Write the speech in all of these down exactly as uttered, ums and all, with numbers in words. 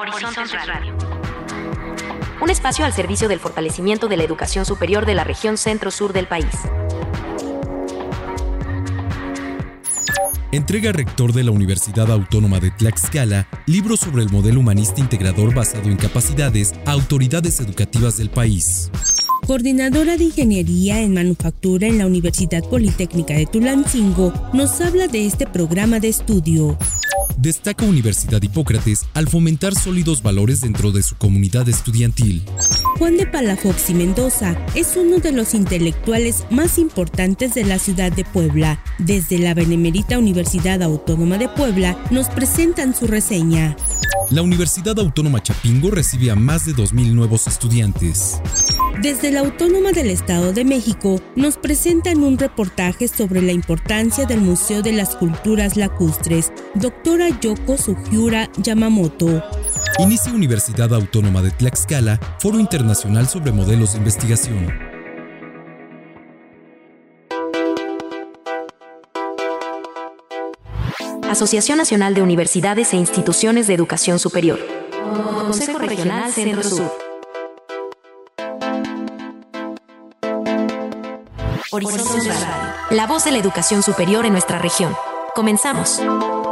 Horizontes Radio. Un espacio al servicio del fortalecimiento de la educación superior de la región centro-sur del país. Entrega rector de la Universidad Autónoma de Tlaxcala libro sobre el modelo humanista integrador basado en capacidades a autoridades educativas del país. Coordinadora de Ingeniería en Manufactura en la Universidad Politécnica de Tulancingo, nos habla de este programa de estudio. Destaca Universidad Hipócrates al fomentar sólidos valores dentro de su comunidad estudiantil. Juan de Palafox y Mendoza es uno de los intelectuales más importantes de la ciudad de Puebla. Desde la Benemérita Universidad Autónoma de Puebla nos presentan su reseña. La Universidad Autónoma Chapingo recibe a más de dos mil nuevos estudiantes. Desde la Autónoma del Estado de México nos presentan un reportaje sobre la importancia del Museo de las Culturas Lacustres. Doctora Yoko Sugiura Yamamoto. Inicia Universidad Autónoma de Tlaxcala, Foro Internacional sobre Modelos de Investigación. Asociación Nacional de Universidades e Instituciones de Educación Superior. Consejo Regional Centro-Sur. Horizontes Radio. La voz de la educación superior en nuestra región. Comenzamos.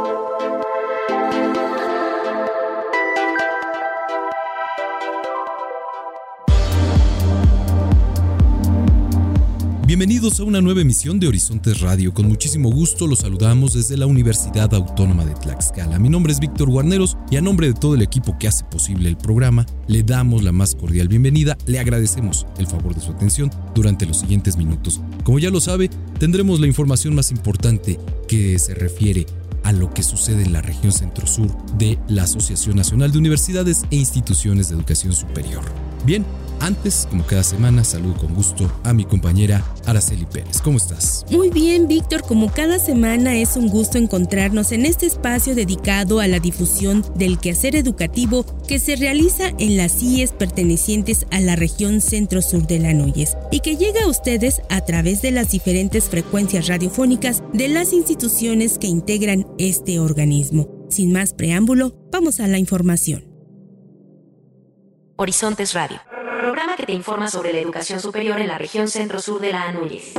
Bienvenidos a una nueva emisión de Horizontes Radio. Con muchísimo gusto los saludamos desde la Universidad Autónoma de Tlaxcala. Mi nombre es Víctor Guarneros y a nombre de todo el equipo que hace posible el programa, le damos la más cordial bienvenida. Le agradecemos el favor de su atención durante los siguientes minutos. Como ya lo sabe, tendremos la información más importante que se refiere a lo que sucede en la región centro-sur de la Asociación Nacional de Universidades e Instituciones de Educación Superior. Bien, antes, como cada semana, saludo con gusto a mi compañera Araceli Pérez. ¿Cómo estás? Muy bien, Víctor. Como cada semana es un gusto encontrarnos en este espacio dedicado a la difusión del quehacer educativo que se realiza en las I E S pertenecientes a la región centro-sur de la Núñez y que llega a ustedes a través de las diferentes frecuencias radiofónicas de las instituciones que integran este organismo. Sin más preámbulo, vamos a la información. Horizontes Radio. Programa que te informa sobre la educación superior en la región centro-sur de la Anúñez.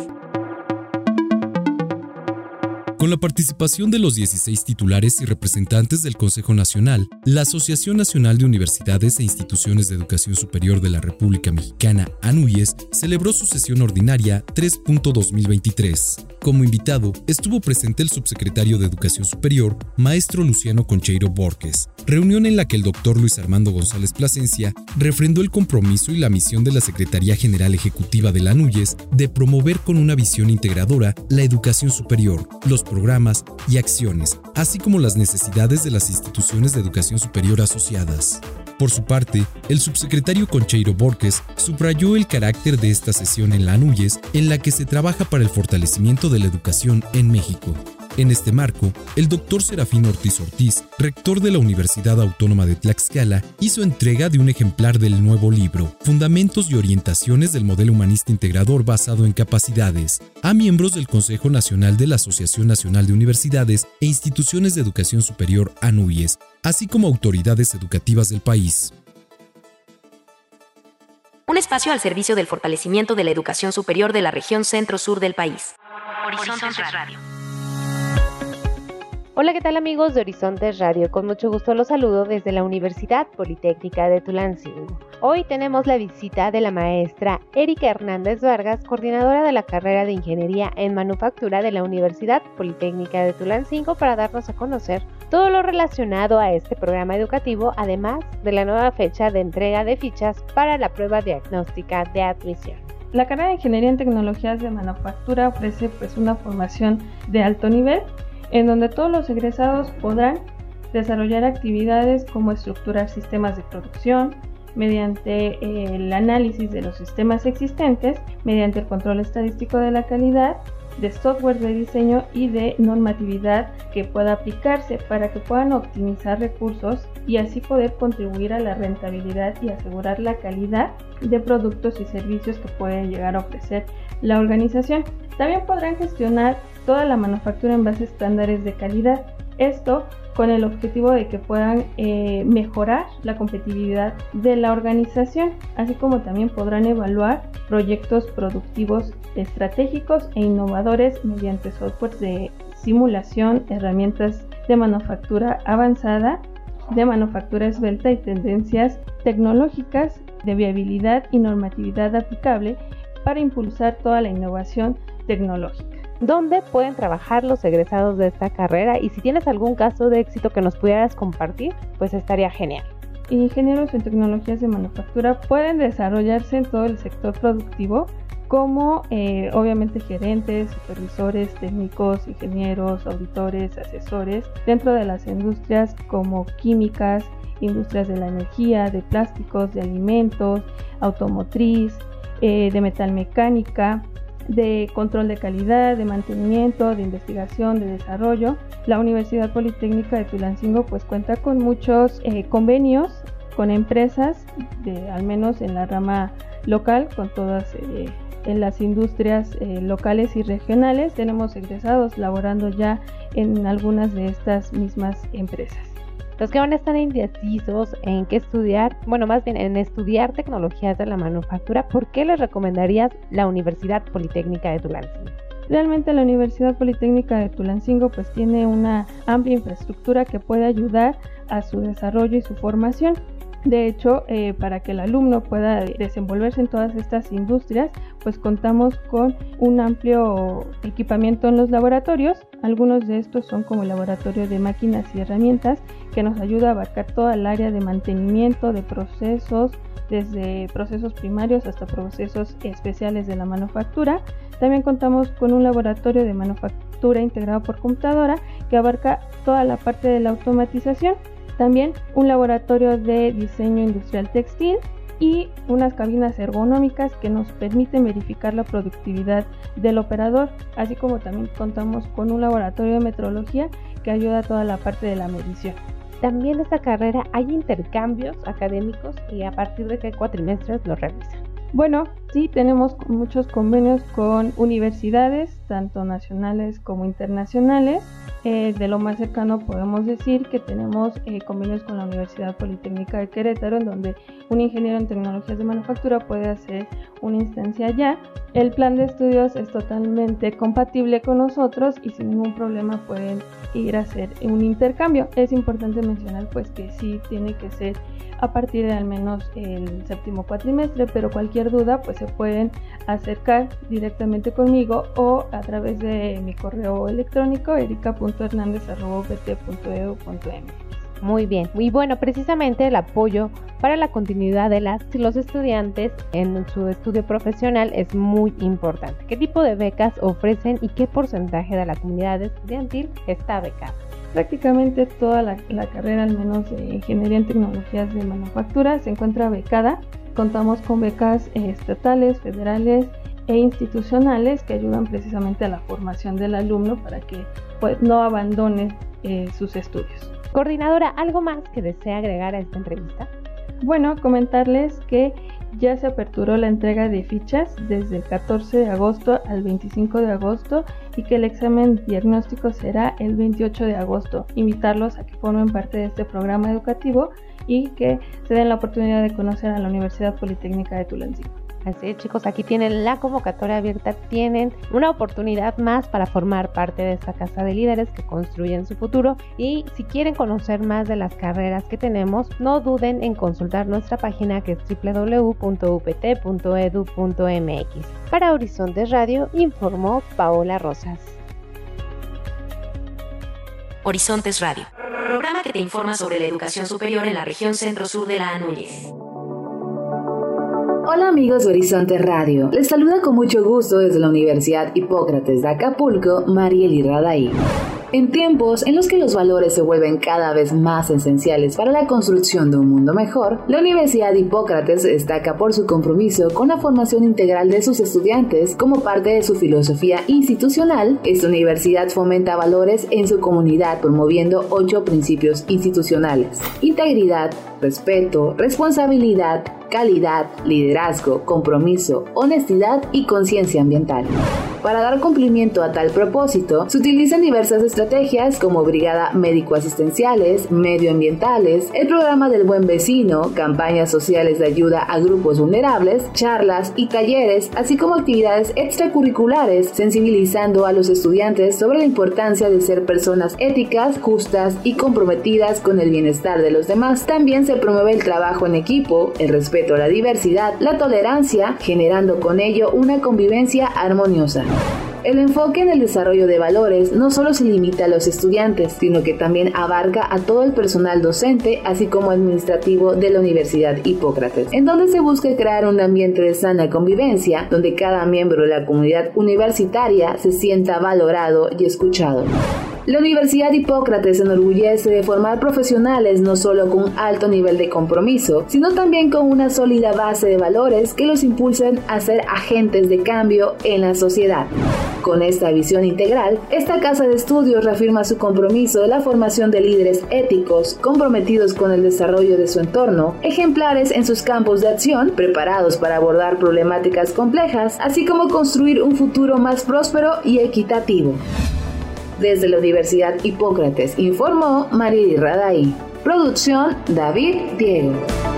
Con la participación de los dieciséis titulares y representantes del Consejo Nacional, la Asociación Nacional de Universidades e Instituciones de Educación Superior de la República Mexicana, ANUYES, celebró su sesión ordinaria tres punto dos mil veintitrés. Como invitado, estuvo presente el subsecretario de Educación Superior, maestro Luciano Concheiro Borges, reunión en la que el doctor Luis Armando González Plasencia refrendó el compromiso y la misión de la Secretaría General Ejecutiva de la ANUYES de promover con una visión integradora la educación superior, los programas y acciones, así como las necesidades de las instituciones de educación superior asociadas. Por su parte, el subsecretario Concheiro Borges subrayó el carácter de esta sesión en la ANUYES, en la que se trabaja para el fortalecimiento de la educación en México. En este marco, el doctor Serafín Ortiz Ortiz, rector de la Universidad Autónoma de Tlaxcala, hizo entrega de un ejemplar del nuevo libro, Fundamentos y Orientaciones del Modelo Humanista Integrador basado en capacidades, a miembros del Consejo Nacional de la Asociación Nacional de Universidades e Instituciones de Educación Superior, ANUYES, así como autoridades educativas del país. Un espacio al servicio del fortalecimiento de la educación superior de la región centro-sur del país. Horizontes Radio. Hola, ¿qué tal amigos de Horizontes Radio? Con mucho gusto los saludo desde la Universidad Politécnica de Tulancingo. Hoy tenemos la visita de la maestra Erika Hernández Vargas, coordinadora de la carrera de Ingeniería en Manufactura de la Universidad Politécnica de Tulancingo, para darnos a conocer todo lo relacionado a este programa educativo, además de la nueva fecha de entrega de fichas para la prueba diagnóstica de admisión. La carrera de Ingeniería en Tecnologías de Manufactura ofrece pues una formación de alto nivel, en donde todos los egresados podrán desarrollar actividades como estructurar sistemas de producción mediante el análisis de los sistemas existentes, mediante el control estadístico de la calidad, de software de diseño y de normatividad que pueda aplicarse para que puedan optimizar recursos y así poder contribuir a la rentabilidad y asegurar la calidad de productos y servicios que pueden llegar a ofrecer la organización. También podrán gestionar toda la manufactura en base a estándares de calidad. Esto con el objetivo de que puedan eh, mejorar la competitividad de la organización, así como también podrán evaluar proyectos productivos estratégicos e innovadores mediante softwares de simulación, herramientas de manufactura avanzada, de manufactura esbelta y tendencias tecnológicas de viabilidad y normatividad aplicable para impulsar toda la innovación tecnológica. ¿Dónde pueden trabajar los egresados de esta carrera? Y si tienes algún caso de éxito que nos pudieras compartir, pues estaría genial. Ingenieros en tecnologías de manufactura pueden desarrollarse en todo el sector productivo, como eh, obviamente gerentes, supervisores, técnicos, ingenieros, auditores, asesores, dentro de las industrias como químicas, industrias de la energía, de plásticos, de alimentos, automotriz, eh, de metalmecánica, de control de calidad, de mantenimiento, de investigación, de desarrollo. La Universidad Politécnica de Tulancingo pues cuenta con muchos eh, convenios con empresas, de, al menos en la rama local, con todas eh, en las industrias eh, locales y regionales. Tenemos egresados laborando ya en algunas de estas mismas empresas. Los que van a estar indecisos en qué estudiar, bueno, más bien en estudiar tecnologías de la manufactura, ¿por qué les recomendarías la Universidad Politécnica de Tulancingo? Realmente la Universidad Politécnica de Tulancingo pues tiene una amplia infraestructura que puede ayudar a su desarrollo y su formación. De hecho, eh, para que el alumno pueda desenvolverse en todas estas industrias, pues contamos con un amplio equipamiento en los laboratorios. Algunos de estos son como el laboratorio de máquinas y herramientas, que nos ayuda a abarcar toda el área de mantenimiento de procesos, desde procesos primarios hasta procesos especiales de la manufactura. También contamos con un laboratorio de manufactura integrado por computadora que abarca toda la parte de la automatización. También un laboratorio de diseño industrial textil y unas cabinas ergonómicas que nos permiten verificar la productividad del operador, así como también contamos con un laboratorio de metrología que ayuda a toda la parte de la medición. También en esta carrera hay intercambios académicos, y a partir de qué cuatrimestres lo realizan. Bueno, sí, tenemos muchos convenios con universidades, tanto nacionales como internacionales. Eh, de lo más cercano podemos decir que tenemos eh, convenios con la Universidad Politécnica de Querétaro, en donde un ingeniero en tecnologías de manufactura puede hacer una instancia allá. El plan de estudios es totalmente compatible con nosotros y sin ningún problema pueden ir a hacer un intercambio. Es importante mencionar pues que sí tiene que ser a partir de al menos el séptimo cuatrimestre, pero cualquier duda pues se pueden acercar directamente conmigo o a través de mi correo electrónico erica punto hernandez arroba u p t punto e d u punto m x. Muy bien, y bueno, precisamente el apoyo para la continuidad de las los estudiantes en su estudio profesional es muy importante. ¿Qué tipo de becas ofrecen y qué porcentaje de la comunidad estudiantil está becada? Prácticamente toda la, la carrera, al menos de Ingeniería en Tecnologías de Manufactura, se encuentra becada. Contamos con becas eh, estatales, federales e institucionales que ayudan precisamente a la formación del alumno para que pues, no abandone eh, sus estudios. Coordinadora, ¿algo más que desea agregar a esta entrevista? Bueno, comentarles que ya se aperturó la entrega de fichas desde el catorce de agosto al veinticinco de agosto y que el examen diagnóstico será el veintiocho de agosto. Invitarlos a que formen parte de este programa educativo y que se den la oportunidad de conocer a la Universidad Politécnica de Tulancingo. Así es, chicos, aquí tienen la convocatoria abierta, tienen una oportunidad más para formar parte de esta casa de líderes que construyen su futuro. Y si quieren conocer más de las carreras que tenemos, no duden en consultar nuestra página, que es doble u doble u doble u punto u p t punto e d u punto m x. Para Horizontes Radio informó Paola Rosas. Horizontes Radio, programa que te informa sobre la educación superior en la región centro-sur de la Núñez. Hola amigos de Horizontes Radio, les saluda con mucho gusto desde la Universidad Hipócrates de Acapulco, Marieli Radaí. En tiempos en los que los valores se vuelven cada vez más esenciales para la construcción de un mundo mejor, la Universidad Hipócrates destaca por su compromiso con la formación integral de sus estudiantes como parte de su filosofía institucional. Esta universidad fomenta valores en su comunidad promoviendo ocho principios institucionales: integridad, respeto, responsabilidad, calidad, liderazgo, compromiso, honestidad y conciencia ambiental. Para dar cumplimiento a tal propósito, se utilizan diversas estrategias como brigada médico-asistenciales, medioambientales, el programa del buen vecino, campañas sociales de ayuda a grupos vulnerables, charlas y talleres, así como actividades extracurriculares, sensibilizando a los estudiantes sobre la importancia de ser personas éticas, justas y comprometidas con el bienestar de los demás. También se promueve el trabajo en equipo, el respeto a la diversidad, la tolerancia, generando con ello una convivencia armoniosa. El enfoque en el desarrollo de valores no solo se limita a los estudiantes, sino que también abarca a todo el personal docente, así como administrativo de la Universidad Hipócrates, en donde se busca crear un ambiente de sana convivencia, donde cada miembro de la comunidad universitaria se sienta valorado y escuchado. La Universidad Hipócrates se enorgullece de formar profesionales no solo con un alto nivel de compromiso, sino también con una sólida base de valores que los impulsan a ser agentes de cambio en la sociedad. Con esta visión integral, esta casa de estudios reafirma su compromiso de la formación de líderes éticos, comprometidos con el desarrollo de su entorno, ejemplares en sus campos de acción, preparados para abordar problemáticas complejas, así como construir un futuro más próspero y equitativo. Desde la Universidad Hipócrates informó Marieli Raday. Producción David Diego.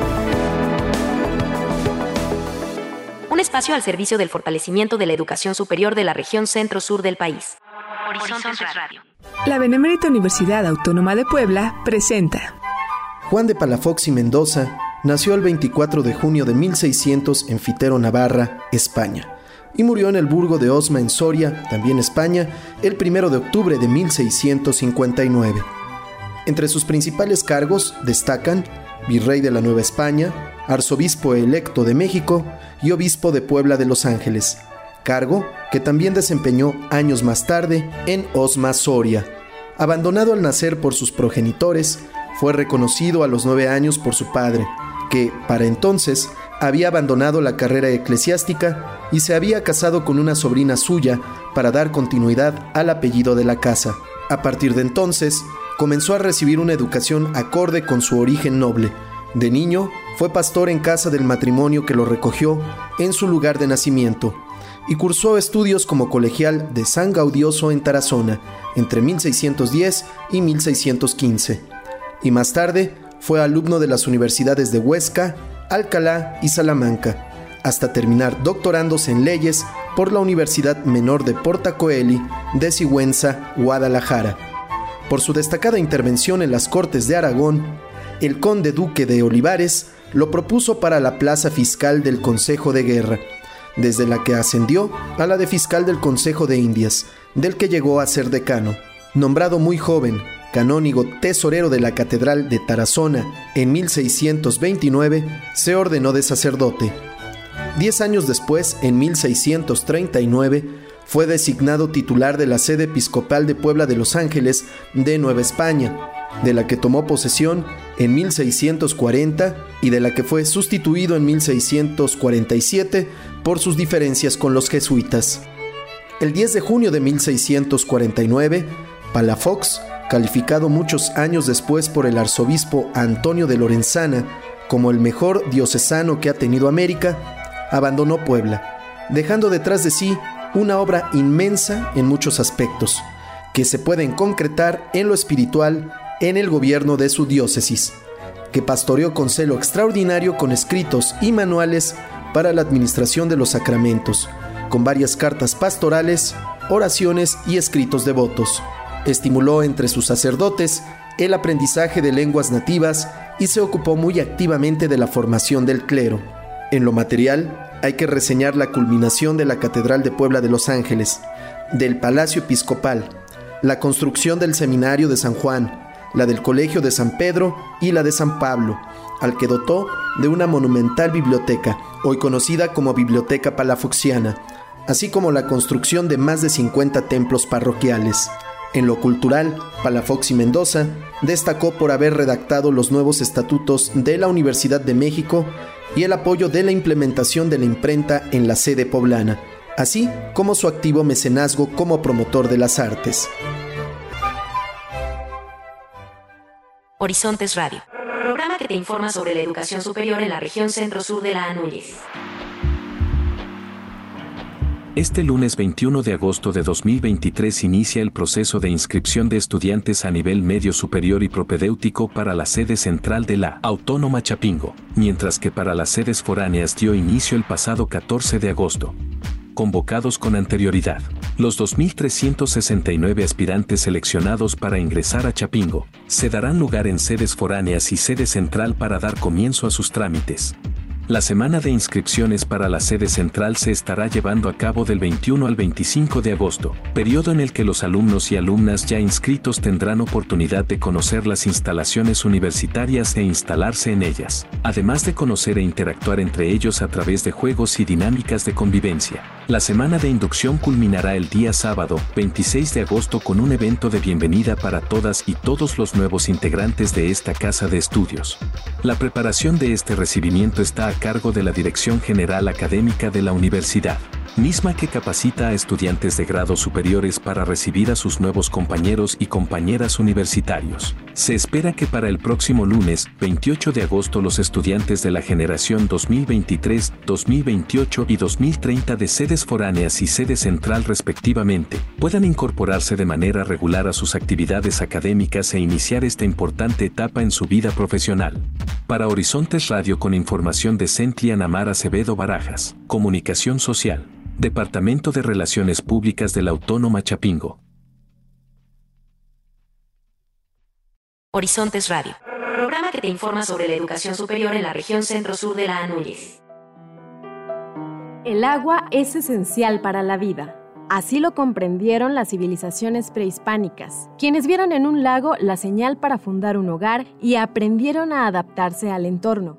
Un espacio al servicio del fortalecimiento de la educación superior de la región centro-sur del país. Horizontes Radio. La Benemérita Universidad Autónoma de Puebla presenta. Juan de Palafox y Mendoza nació el veinticuatro de junio de mil seiscientos en Fitero, Navarra, España, y murió en el burgo de Osma, en Soria, también España, el primero de octubre de mil seiscientos cincuenta y nueve. Entre sus principales cargos destacan virrey de la Nueva España, arzobispo electo de México y obispo de Puebla de Los Ángeles, cargo que también desempeñó años más tarde en Osma, Soria. Abandonado al nacer por sus progenitores, fue reconocido a los nueve años por su padre, que, para entonces, había abandonado la carrera eclesiástica y se había casado con una sobrina suya para dar continuidad al apellido de la casa. A partir de entonces, comenzó a recibir una educación acorde con su origen noble. De niño, fue pastor en casa del matrimonio que lo recogió en su lugar de nacimiento y cursó estudios como colegial de San Gaudioso en Tarazona entre mil seiscientos diez y mil seiscientos quince. Y más tarde, fue alumno de las universidades de Huesca, Alcalá y Salamanca, hasta terminar doctorándose en leyes por la Universidad Menor de Portacoeli de Sigüenza, Guadalajara. Por su destacada intervención en las Cortes de Aragón, el conde duque de Olivares lo propuso para la plaza fiscal del Consejo de Guerra, desde la que ascendió a la de fiscal del Consejo de Indias, del que llegó a ser decano. Nombrado muy joven, canónigo tesorero de la Catedral de Tarazona en mil seiscientos veintinueve, se ordenó de sacerdote. Diez años después, en mil seiscientos treinta y nueve, fue designado titular de la sede episcopal de Puebla de Los Ángeles de Nueva España, de la que tomó posesión en mil seiscientos cuarenta y de la que fue sustituido en mil seiscientos cuarenta y siete por sus diferencias con los jesuitas. El diez de junio de mil seiscientos cuarenta y nueve, Palafox, calificado muchos años después por el arzobispo Antonio de Lorenzana como el mejor diocesano que ha tenido América, abandonó Puebla, dejando detrás de sí una obra inmensa en muchos aspectos, que se pueden concretar en lo espiritual en el gobierno de su diócesis, que pastoreó con celo extraordinario con escritos y manuales para la administración de los sacramentos, con varias cartas pastorales, oraciones y escritos devotos. Estimuló entre sus sacerdotes el aprendizaje de lenguas nativas y se ocupó muy activamente de la formación del clero. En lo material, hay que reseñar la culminación de la Catedral de Puebla de Los Ángeles, del Palacio Episcopal, la construcción del Seminario de San Juan, la del Colegio de San Pedro y la de San Pablo, al que dotó de una monumental biblioteca, hoy conocida como Biblioteca Palafoxiana, así como la construcción de más de cincuenta templos parroquiales. En lo cultural, Palafox y Mendoza destacó por haber redactado los nuevos estatutos de la Universidad de México y el apoyo de la implementación de la imprenta en la sede poblana, así como su activo mecenazgo como promotor de las artes. Horizontes Radio, programa que te informa sobre la educación superior en la región centro-sur de la A N U Y E S. Este lunes veintiuno de agosto de dos mil veintitrés inicia el proceso de inscripción de estudiantes a nivel medio superior y propedéutico para la sede central de la Autónoma Chapingo, mientras que para las sedes foráneas dio inicio el pasado catorce de agosto. Convocados con anterioridad, los dos mil trescientos sesenta y nueve aspirantes seleccionados para ingresar a Chapingo se darán lugar en sedes foráneas y sede central para dar comienzo a sus trámites. La semana de inscripciones para la sede central se estará llevando a cabo del veintiuno al veinticinco de agosto, periodo en el que los alumnos y alumnas ya inscritos tendrán oportunidad de conocer las instalaciones universitarias e instalarse en ellas, además de conocer e interactuar entre ellos a través de juegos y dinámicas de convivencia. La semana de inducción culminará el día sábado, veintiséis de agosto, con un evento de bienvenida para todas y todos los nuevos integrantes de esta casa de estudios. La preparación de este recibimiento está a cargo de la Dirección General Académica de la Universidad, misma que capacita a estudiantes de grados superiores para recibir a sus nuevos compañeros y compañeras universitarios. Se espera que para el próximo lunes, veintiocho de agosto, los estudiantes de la generación dos mil veintitrés, dos mil veintiocho y dos mil treinta de sedes foráneas y sede central respectivamente, puedan incorporarse de manera regular a sus actividades académicas e iniciar esta importante etapa en su vida profesional. Para Horizontes Radio, con información de Centli Anamar Acevedo Barajas, Comunicación Social, Departamento de Relaciones Públicas de la Autónoma Chapingo. Horizontes Radio, programa que te informa sobre la educación superior en la región centro-sur de la Anúñez. El agua es esencial para la vida. Así lo comprendieron las civilizaciones prehispánicas, quienes vieron en un lago la señal para fundar un hogar y aprendieron a adaptarse al entorno.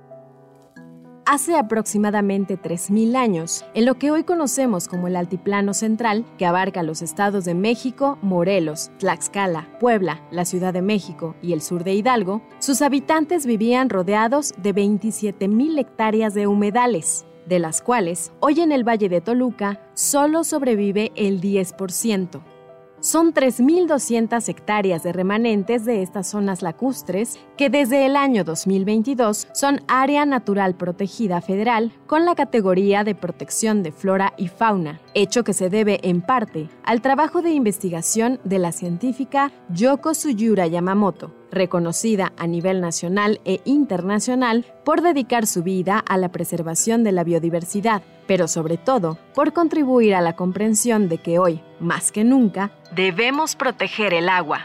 Hace aproximadamente tres mil años, en lo que hoy conocemos como el Altiplano Central, que abarca los estados de México, Morelos, Tlaxcala, Puebla, la Ciudad de México y el sur de Hidalgo, sus habitantes vivían rodeados de veintisiete mil hectáreas de humedales, de las cuales hoy en el Valle de Toluca solo sobrevive el diez por ciento. Son tres mil doscientas hectáreas de remanentes de estas zonas lacustres que desde el año dos mil veintidós son Área Natural Protegida Federal con la categoría de Protección de Flora y Fauna, hecho que se debe en parte al trabajo de investigación de la científica Yoko Tsuyura Yamamoto, reconocida a nivel nacional e internacional por dedicar su vida a la preservación de la biodiversidad, pero sobre todo por contribuir a la comprensión de que hoy, más que nunca, debemos proteger el agua.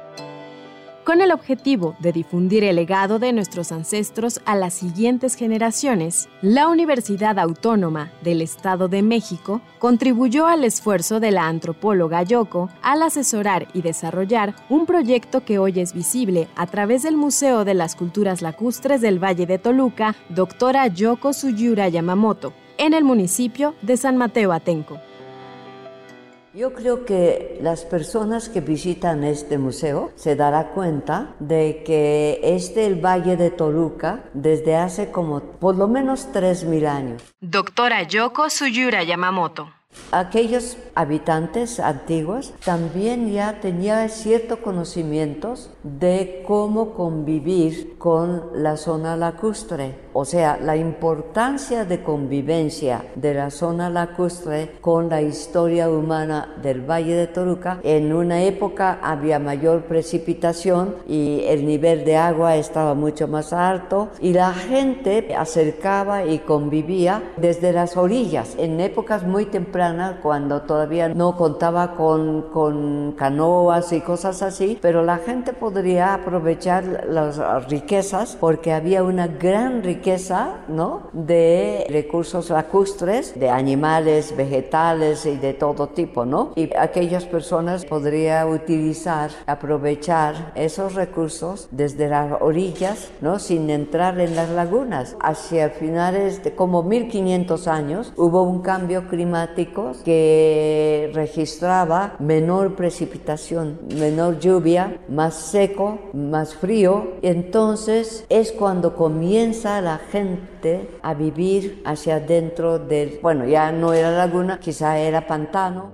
Con el objetivo de difundir el legado de nuestros ancestros a las siguientes generaciones, la Universidad Autónoma del Estado de México contribuyó al esfuerzo de la antropóloga Yoko al asesorar y desarrollar un proyecto que hoy es visible a través del Museo de las Culturas Lacustres del Valle de Toluca, doctora Yoko Tsuyura Yamamoto, en el municipio de San Mateo Atenco. Yo creo que las personas que visitan este museo se darán cuenta de que es del Valle de Toluca desde hace como por lo menos tres mil años. Doctora Yoko Tsuyura Yamamoto. Aquellos habitantes antiguos también ya tenían ciertos conocimientos de cómo convivir con la zona lacustre, o sea, la importancia de convivencia de la zona lacustre con la historia humana del Valle de Toluca. En una época había mayor precipitación y el nivel de agua estaba mucho más alto y la gente acercaba y convivía desde las orillas en épocas muy tempranas, cuando todavía no contaba con, con canoas y cosas así, pero la gente podría aprovechar las riquezas porque había una gran riqueza, ¿no?, de recursos lacustres, de animales, vegetales y de todo tipo, ¿no? Y aquellas personas podrían utilizar, aprovechar esos recursos desde las orillas, ¿no?, sin entrar en las lagunas. Hacia finales de como mil quinientos años hubo un cambio climático que registraba menor precipitación, menor lluvia, más seco, más frío. Entonces es cuando comienza la gente a vivir hacia adentro del, bueno, ya no era laguna, quizá era pantano.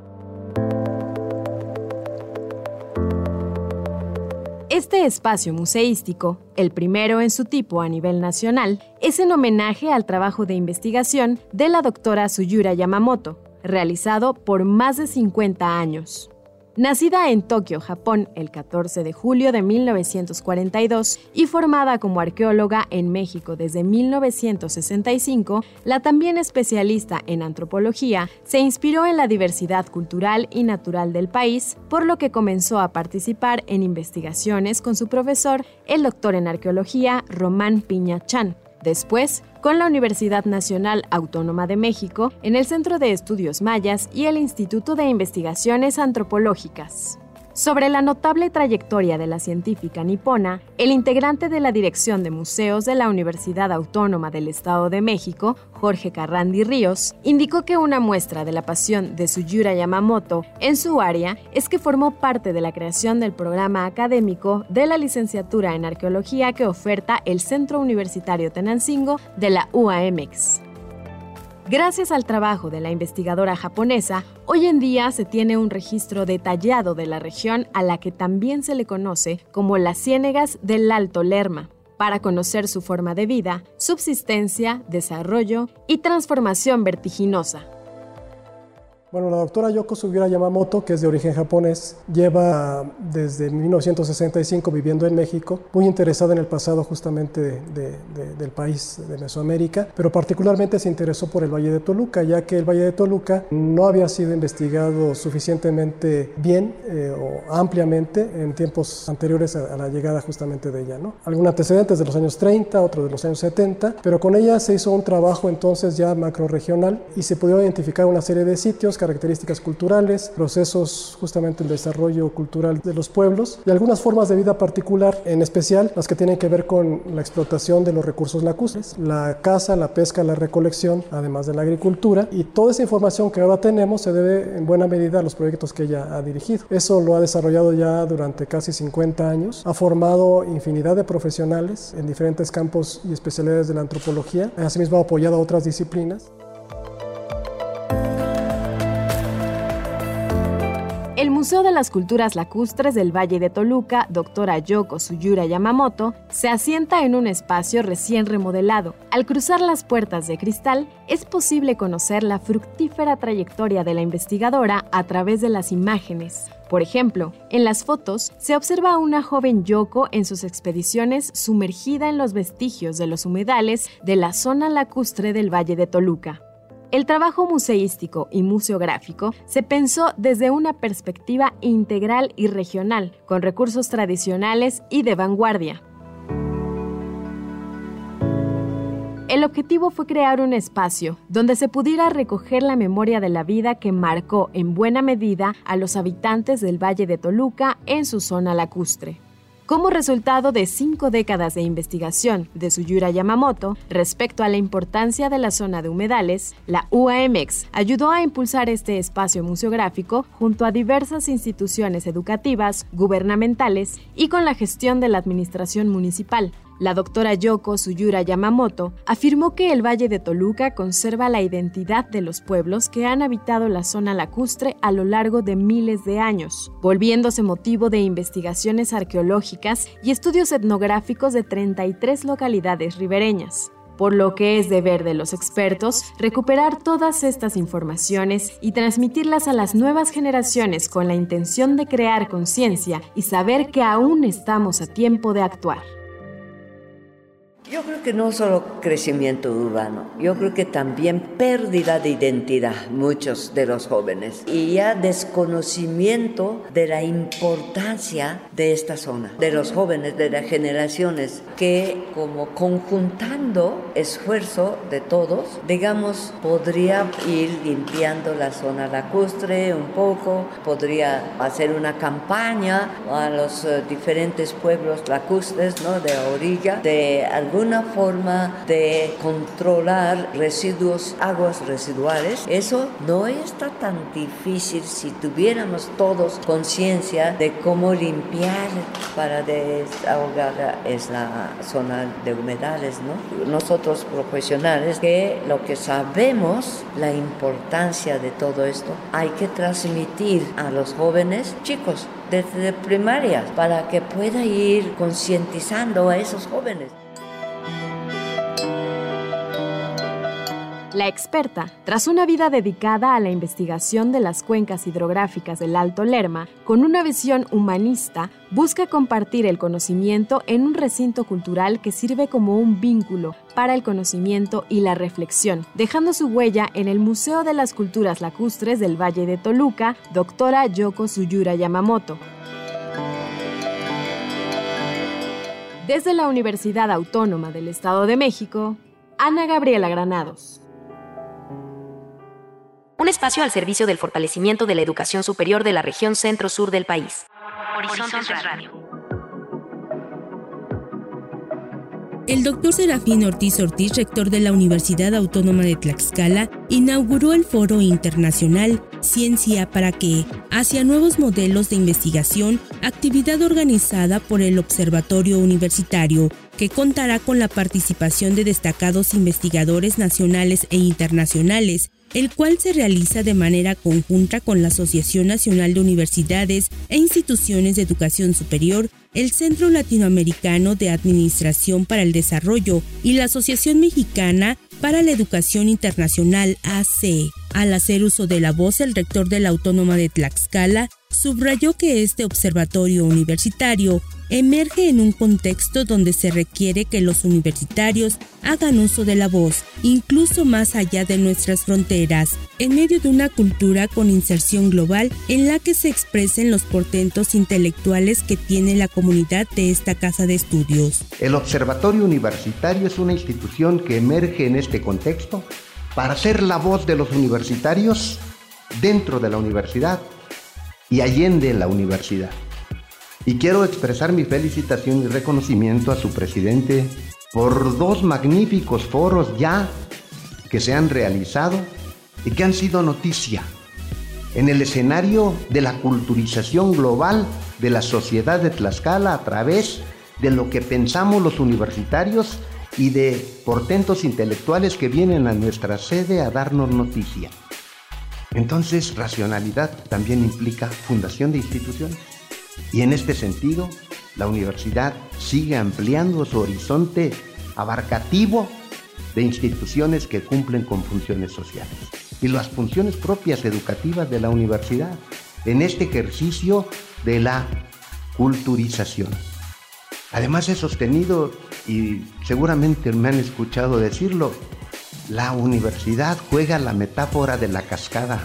Este espacio museístico, el primero en su tipo a nivel nacional, es en homenaje al trabajo de investigación de la doctora Tsuyura Yamamoto, realizado por más de cincuenta años. Nacida en Tokio, Japón, el catorce de julio de mil novecientos cuarenta y dos y formada como arqueóloga en México desde mil novecientos sesenta y cinco, la también especialista en antropología se inspiró en la diversidad cultural y natural del país, por lo que comenzó a participar en investigaciones con su profesor, el doctor en arqueología Román Piña Chan. Después, con la Universidad Nacional Autónoma de México, en el Centro de Estudios Mayas y el Instituto de Investigaciones Antropológicas. Sobre la notable trayectoria de la científica nipona, el integrante de la Dirección de Museos de la Universidad Autónoma del Estado de México, Jorge Carrandi Ríos, indicó que una muestra de la pasión de Suyura Yamamoto en su área es que formó parte de la creación del programa académico de la licenciatura en arqueología que oferta el Centro Universitario Tenancingo de la U A M X. Gracias al trabajo de la investigadora japonesa, hoy en día se tiene un registro detallado de la región a la que también se le conoce como las Ciénegas del Alto Lerma, para conocer su forma de vida, subsistencia, desarrollo y transformación vertiginosa. Bueno, la doctora Yoko Sugura Yamamoto, que es de origen japonés, lleva desde mil novecientos sesenta y cinco viviendo en México, muy interesada en el pasado justamente de, de, de, del país de Mesoamérica, pero particularmente se interesó por el Valle de Toluca, ya que el Valle de Toluca no había sido investigado suficientemente bien eh, o ampliamente en tiempos anteriores a, a la llegada justamente de ella, ¿no? Algunos antecedentes de los años treinta, otros de los años setenta, pero con ella se hizo un trabajo entonces ya macrorregional y se pudo identificar una serie de sitios, características culturales, procesos justamente el desarrollo cultural de los pueblos y algunas formas de vida particular, en especial las que tienen que ver con la explotación de los recursos lacustres, la caza, la pesca, la recolección, además de la agricultura, y toda esa información que ahora tenemos se debe en buena medida a los proyectos que ella ha dirigido. Eso lo ha desarrollado ya durante casi cincuenta años, ha formado infinidad de profesionales en diferentes campos y especialidades de la antropología, asimismo ha apoyado a otras disciplinas. El Museo de las Culturas Lacustres del Valle de Toluca, doctora Yoko Suyura Yamamoto, se asienta en un espacio recién remodelado. Al cruzar las puertas de cristal, es posible conocer la fructífera trayectoria de la investigadora a través de las imágenes. Por ejemplo, en las fotos se observa a una joven Yoko en sus expediciones sumergida en los vestigios de los humedales de la zona lacustre del Valle de Toluca. El trabajo museístico y museográfico se pensó desde una perspectiva integral y regional, con recursos tradicionales y de vanguardia. El objetivo fue crear un espacio donde se pudiera recoger la memoria de la vida que marcó en buena medida a los habitantes del Valle de Toluca en su zona lacustre. Como resultado de cinco décadas de investigación de Suyura Yamamoto respecto a la importancia de la zona de humedales, la U A M X ayudó a impulsar este espacio museográfico junto a diversas instituciones educativas, gubernamentales y con la gestión de la administración municipal. La doctora Yoko Suyura Yamamoto afirmó que el Valle de Toluca conserva la identidad de los pueblos que han habitado la zona lacustre a lo largo de miles de años, volviéndose motivo de investigaciones arqueológicas y estudios etnográficos de treinta y tres localidades ribereñas. Por lo que es deber de los expertos recuperar todas estas informaciones y transmitirlas a las nuevas generaciones con la intención de crear conciencia y saber que aún estamos a tiempo de actuar. Yo creo que no solo crecimiento urbano, yo creo que también pérdida de identidad, muchos de los jóvenes, y ya desconocimiento de la importancia de esta zona, de los jóvenes, de las generaciones, que como conjuntando esfuerzo de todos, digamos, podría ir limpiando la zona lacustre un poco, podría hacer una campaña a los uh, diferentes pueblos lacustres, ¿no?, de la orilla, de algún una forma de controlar residuos, aguas residuales. Eso no está tan difícil si tuviéramos todos conciencia de cómo limpiar para desahogar es la zona de humedales, ¿no? Nosotros profesionales, que lo que sabemos, la importancia de todo esto, hay que transmitir a los jóvenes, chicos, desde primaria, para que pueda ir concientizando a esos jóvenes. La experta, tras una vida dedicada a la investigación de las cuencas hidrográficas del Alto Lerma, con una visión humanista, busca compartir el conocimiento en un recinto cultural que sirve como un vínculo para el conocimiento y la reflexión, dejando su huella en el Museo de las Culturas Lacustres del Valle de Toluca, doctora Yoko Tsuyura Yamamoto. Desde la Universidad Autónoma del Estado de México, Ana Gabriela Granados. Un espacio al servicio del fortalecimiento de la educación superior de la región centro-sur del país. Horizontes Radio. El doctor Serafín Ortiz Ortiz, rector de la Universidad Autónoma de Tlaxcala, inauguró el Foro Internacional Ciencia para qué, hacia nuevos modelos de investigación, actividad organizada por el Observatorio Universitario, que contará con la participación de destacados investigadores nacionales e internacionales, el cual se realiza de manera conjunta con la Asociación Nacional de Universidades e Instituciones de Educación Superior, el Centro Latinoamericano de Administración para el Desarrollo y la Asociación Mexicana para la Educación Internacional A C. Al hacer uso de la voz, el rector de la Autónoma de Tlaxcala subrayó que este observatorio universitario emerge en un contexto donde se requiere que los universitarios hagan uso de la voz, incluso más allá de nuestras fronteras, en medio de una cultura con inserción global en la que se expresen los portentos intelectuales que tiene la comunidad de esta casa de estudios. El Observatorio Universitario es una institución que emerge en este contexto para ser la voz de los universitarios dentro de la universidad y allende la universidad. Y quiero expresar mi felicitación y reconocimiento a su presidente por dos magníficos foros ya que se han realizado y que han sido noticia en el escenario de la culturización global de la sociedad de Tlaxcala a través de lo que pensamos los universitarios y de portentos intelectuales que vienen a nuestra sede a darnos noticia. Entonces, racionalidad también implica fundación de instituciones. Y en este sentido, la universidad sigue ampliando su horizonte abarcativo de instituciones que cumplen con funciones sociales y las funciones propias educativas de la universidad en este ejercicio de la culturización. Además, he sostenido, y seguramente me han escuchado decirlo, la universidad juega la metáfora de la cascada.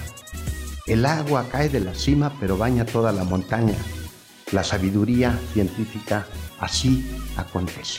El agua cae de la cima, pero baña toda la montaña. La sabiduría científica así acontece.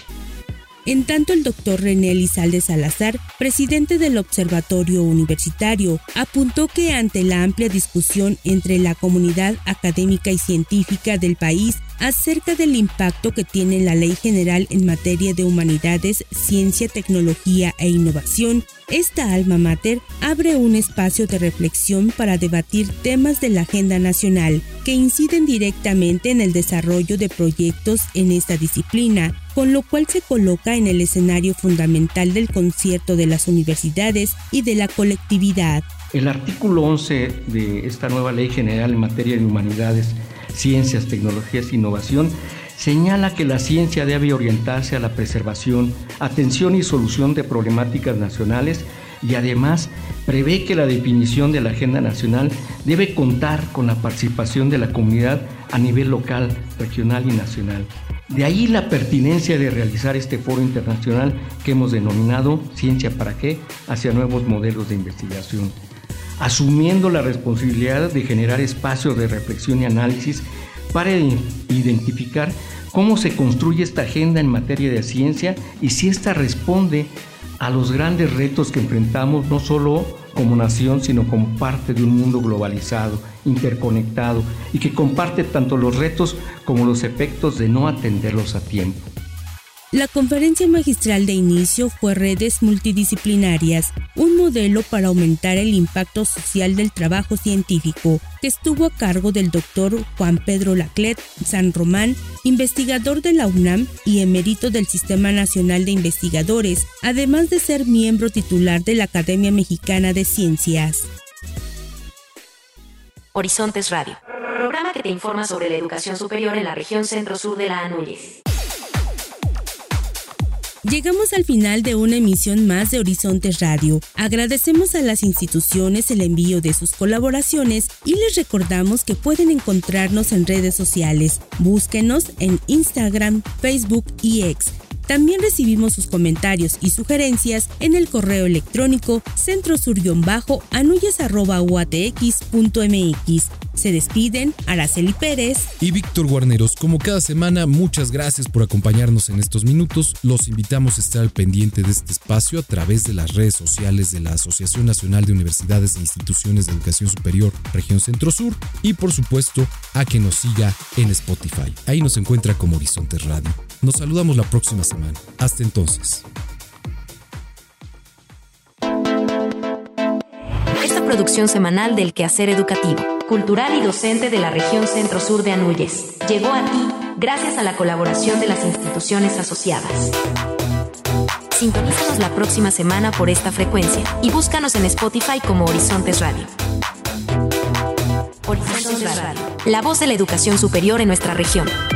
En tanto, el doctor René Elizalde Salazar, presidente del Observatorio Universitario, apuntó que ante la amplia discusión entre la comunidad académica y científica del país acerca del impacto que tiene la Ley General en materia de humanidades, ciencia, tecnología e innovación, esta alma mater abre un espacio de reflexión para debatir temas de la agenda nacional que inciden directamente en el desarrollo de proyectos en esta disciplina, con lo cual se coloca en el escenario fundamental del concierto de las universidades y de la colectividad. El artículo once de esta nueva Ley General en materia de humanidades, ciencias, tecnologías e innovación señala que la ciencia debe orientarse a la preservación, atención y solución de problemáticas nacionales y además prevé que la definición de la agenda nacional debe contar con la participación de la comunidad a nivel local, regional y nacional. De ahí la pertinencia de realizar este foro internacional que hemos denominado Ciencia para qué, hacia nuevos modelos de investigación, asumiendo la responsabilidad de generar espacios de reflexión y análisis para identificar cómo se construye esta agenda en materia de ciencia y si ésta responde a los grandes retos que enfrentamos no solo como nación, sino como parte de un mundo globalizado, interconectado y que comparte tanto los retos como los efectos de no atenderlos a tiempo. La conferencia magistral de inicio fue Redes Multidisciplinarias, un modelo para aumentar el impacto social del trabajo científico, que estuvo a cargo del doctor Juan Pedro Laclet San Román, investigador de la UNAM y emérito del Sistema Nacional de Investigadores, además de ser miembro titular de la Academia Mexicana de Ciencias. Horizontes Radio, programa que te informa sobre la educación superior en la región centro-sur de la A N U Y E S. Llegamos al final de una emisión más de Horizontes Radio. Agradecemos a las instituciones el envío de sus colaboraciones y les recordamos que pueden encontrarnos en redes sociales. Búsquenos en Instagram, Facebook y X. También recibimos sus comentarios y sugerencias en el correo electrónico centrosur-anuyes arroba u a t x punto m x. Se despiden Araceli Pérez y Víctor Guarneros. Como cada semana, muchas gracias por acompañarnos en estos minutos. Los invitamos a estar al pendiente de este espacio a través de las redes sociales de la Asociación Nacional de Universidades e Instituciones de Educación Superior Región Centro Sur y, por supuesto, a que nos siga en Spotify. Ahí nos encuentra como Horizontes Radio. Nos saludamos la próxima semana. Hasta entonces. Esta producción semanal del Quehacer Educativo, Cultural y Docente de la Región Centro Sur de Anuyes llegó a ti gracias a la colaboración de las instituciones asociadas. Sintonízanos la próxima semana por esta frecuencia y búscanos en Spotify como Horizontes Radio. Horizontes Radio, la voz de la educación superior en nuestra región.